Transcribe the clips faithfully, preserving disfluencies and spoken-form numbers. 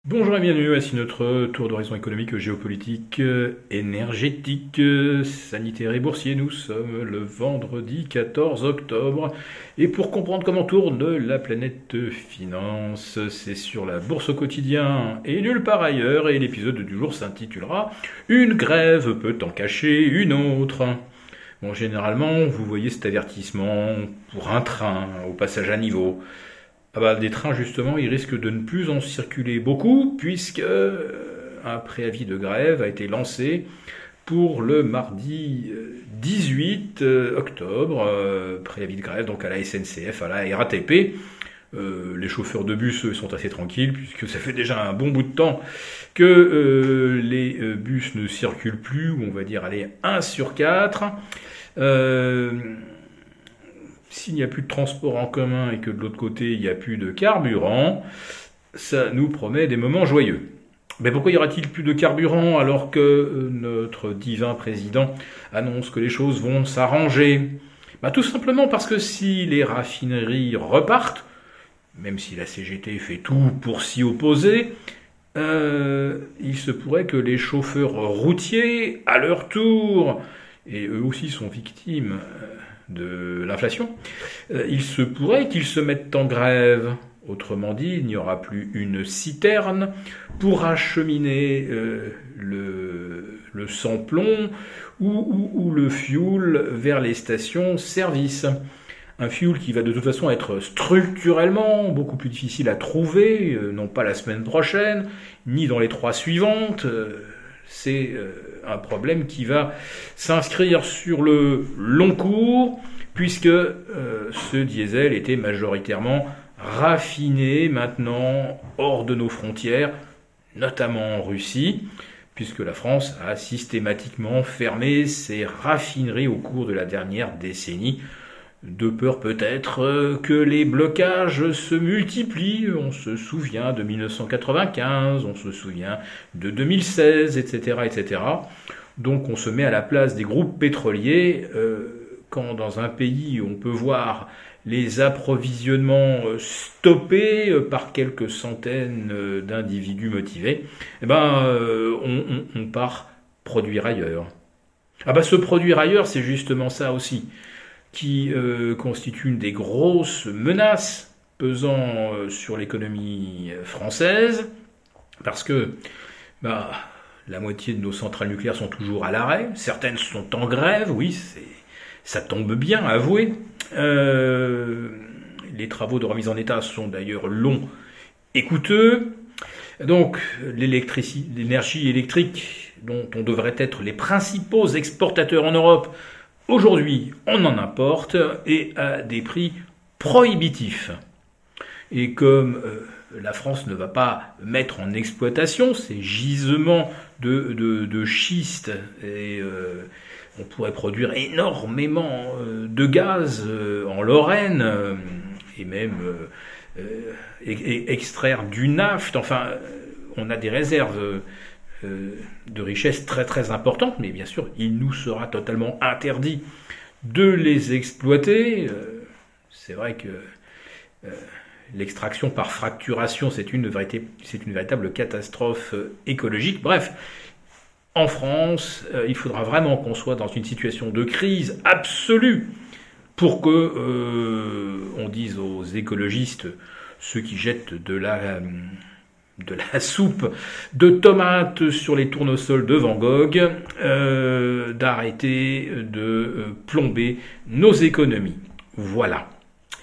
Bonjour et bienvenue, voici notre tour d'horizon économique, géopolitique, énergétique, sanitaire et boursier. Nous sommes le vendredi quatorze octobre et pour comprendre comment tourne la planète finance, c'est sur la bourse au quotidien et nulle part ailleurs, et l'épisode du jour s'intitulera « Une grève peut en cacher une autre ». Bon, généralement, vous voyez cet avertissement pour un train au passage à niveau. Ah bah, des trains, justement, ils risquent de ne plus en circuler beaucoup, puisque euh, un préavis de grève a été lancé pour le mardi dix-huit octobre. Euh, préavis de grève donc à la S N C F, à la R A T P. Euh, les chauffeurs de bus, eux, sont assez tranquilles, puisque ça fait déjà un bon bout de temps que euh, les euh, bus ne circulent plus, ou on va dire, allez, un sur quatre. Euh... S'il n'y a plus de transport en commun et que de l'autre côté, il n'y a plus de carburant, ça nous promet des moments joyeux. Mais pourquoi y aura-t-il plus de carburant alors que notre divin président annonce que les choses vont s'arranger ? Bah, tout simplement parce que si les raffineries repartent, même si la C G T fait tout pour s'y opposer, euh, il se pourrait que les chauffeurs routiers, à leur tour, et eux aussi sont victimes de l'inflation, euh, il se pourrait qu'ils se mettent en grève. Autrement dit, il n'y aura plus une citerne pour acheminer euh, le, le sans-plomb ou, ou, ou le fioul vers les stations-service. Un fioul qui va de toute façon être structurellement beaucoup plus difficile à trouver, euh, non pas la semaine prochaine, ni dans les trois suivantes. Euh, c'est euh, un problème qui va s'inscrire sur le long cours, puisque euh, ce diesel était majoritairement raffiné maintenant hors de nos frontières, notamment en Russie, puisque la France a systématiquement fermé ses raffineries au cours de la dernière décennie, de peur peut-être que les blocages se multiplient. On se souvient de mille neuf cent quatre-vingt-quinze, on se souvient de deux mille seize, et cetera, et cetera. Donc on se met à la place des groupes pétroliers euh, quand dans un pays on peut voir les approvisionnements stoppés par quelques centaines d'individus motivés, eh ben euh, on, on, on part produire ailleurs. Ah bah se produire ailleurs, c'est justement ça aussi qui euh, constitue une des grosses menaces pesant euh, sur l'économie française, parce que bah, la moitié de nos centrales nucléaires sont toujours à l'arrêt, certaines sont en grève, oui, c'est, ça tombe bien, avouez. Euh, les travaux de remise en état sont d'ailleurs longs et coûteux, donc l'énergie électrique, dont on devrait être les principaux exportateurs en Europe, aujourd'hui, on en importe et à des prix prohibitifs. Et comme euh, la France ne va pas mettre en exploitation ces gisements de, de, de schiste, et euh, on pourrait produire énormément euh, de gaz euh, en Lorraine, euh, et même euh, euh, et, extraire du naphte, enfin, on a des réserves Euh, de richesses très très importantes, mais bien sûr, il nous sera totalement interdit de les exploiter. Euh, c'est vrai que euh, l'extraction par fracturation, c'est une, vérité, c'est une véritable catastrophe euh, écologique. Bref, en France, euh, il faudra vraiment qu'on soit dans une situation de crise absolue pour que euh, on dise aux écologistes, ceux qui jettent de la... Euh, de la soupe de tomates sur les tournesols de Van Gogh, euh, d'arrêter de euh, plomber nos économies. Voilà.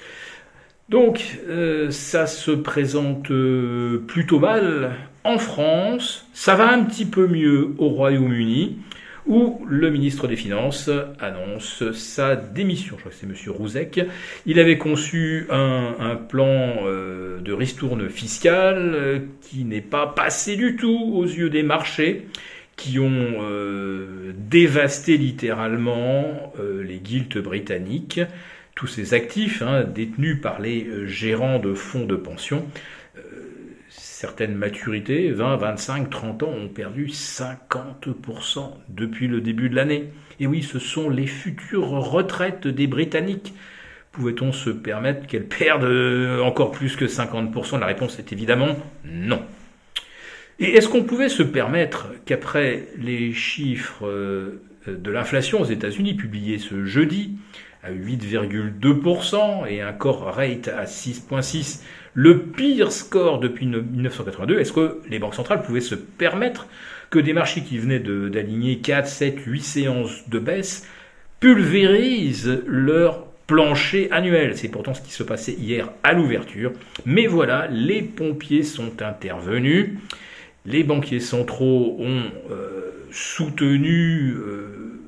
Donc, euh, ça se présente euh, plutôt mal en France. Ça va un petit peu mieux au Royaume-Uni, où le ministre des Finances annonce sa démission. Je crois que c'est M. Rouzek. Il avait conçu un, un plan euh, de ristourne fiscale euh, qui n'est pas passé du tout aux yeux des marchés, qui ont euh, dévasté littéralement euh, les guildes britanniques, tous ces actifs hein, détenus par les euh, gérants de fonds de pension. Certaines maturités, vingt, vingt-cinq, trente ans, ont perdu cinquante pour cent depuis le début de l'année. Et oui, ce sont les futures retraites des Britanniques. Pouvait-on se permettre qu'elles perdent encore plus que cinquante pour cent ? La réponse est évidemment non. Et est-ce qu'on pouvait se permettre qu'après les chiffres de l'inflation aux États-Unis publiés ce jeudi, à huit virgule deux pour cent et un core rate à six virgule six, le pire score depuis mille neuf cent quatre-vingt-deux, est-ce que les banques centrales pouvaient se permettre que des marchés qui venaient de, d'aligner quatre, sept, huit séances de baisse pulvérisent leur plancher annuel? C'est pourtant ce qui se passait hier à l'ouverture. Mais voilà, les pompiers sont intervenus. Les banquiers centraux ont euh, soutenu, euh,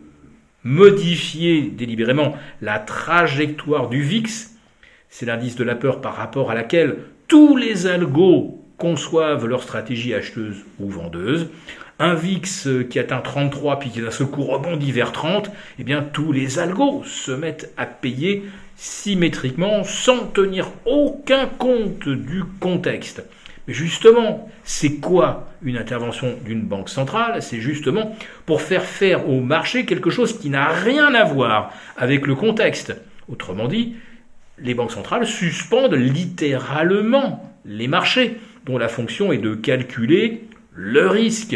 modifié délibérément la trajectoire du V I X. C'est l'indice de la peur par rapport à laquelle tous les algos conçoivent leur stratégie acheteuse ou vendeuse. Un V I X qui atteint trente-trois puis qui d'un seul coup rebondit vers trente, eh bien tous les algos se mettent à payer symétriquement sans tenir aucun compte du contexte. Mais justement, c'est quoi une intervention d'une banque centrale? C'est justement pour faire faire au marché quelque chose qui n'a rien à voir avec le contexte. Autrement dit, les banques centrales suspendent littéralement les marchés, dont la fonction est de calculer le risque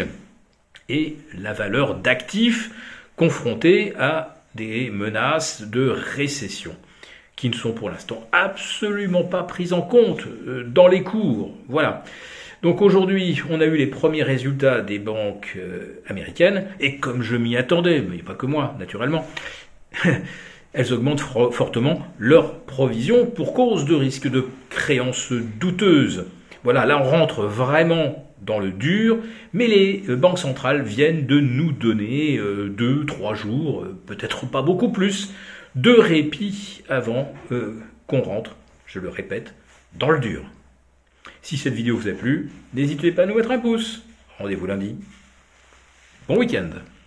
et la valeur d'actifs confrontés à des menaces de récession, qui ne sont pour l'instant absolument pas prises en compte dans les cours. Voilà. Donc aujourd'hui, on a eu les premiers résultats des banques américaines, et comme je m'y attendais, mais pas que moi, naturellement, elles augmentent fortement leurs provisions pour cause de risques de créances douteuses. Voilà, là on rentre vraiment dans le dur, mais les banques centrales viennent de nous donner euh, deux, trois jours, euh, peut-être pas beaucoup plus, de répit avant euh, qu'on rentre, je le répète, dans le dur. Si cette vidéo vous a plu, n'hésitez pas à nous mettre un pouce. Rendez-vous lundi. Bon week-end.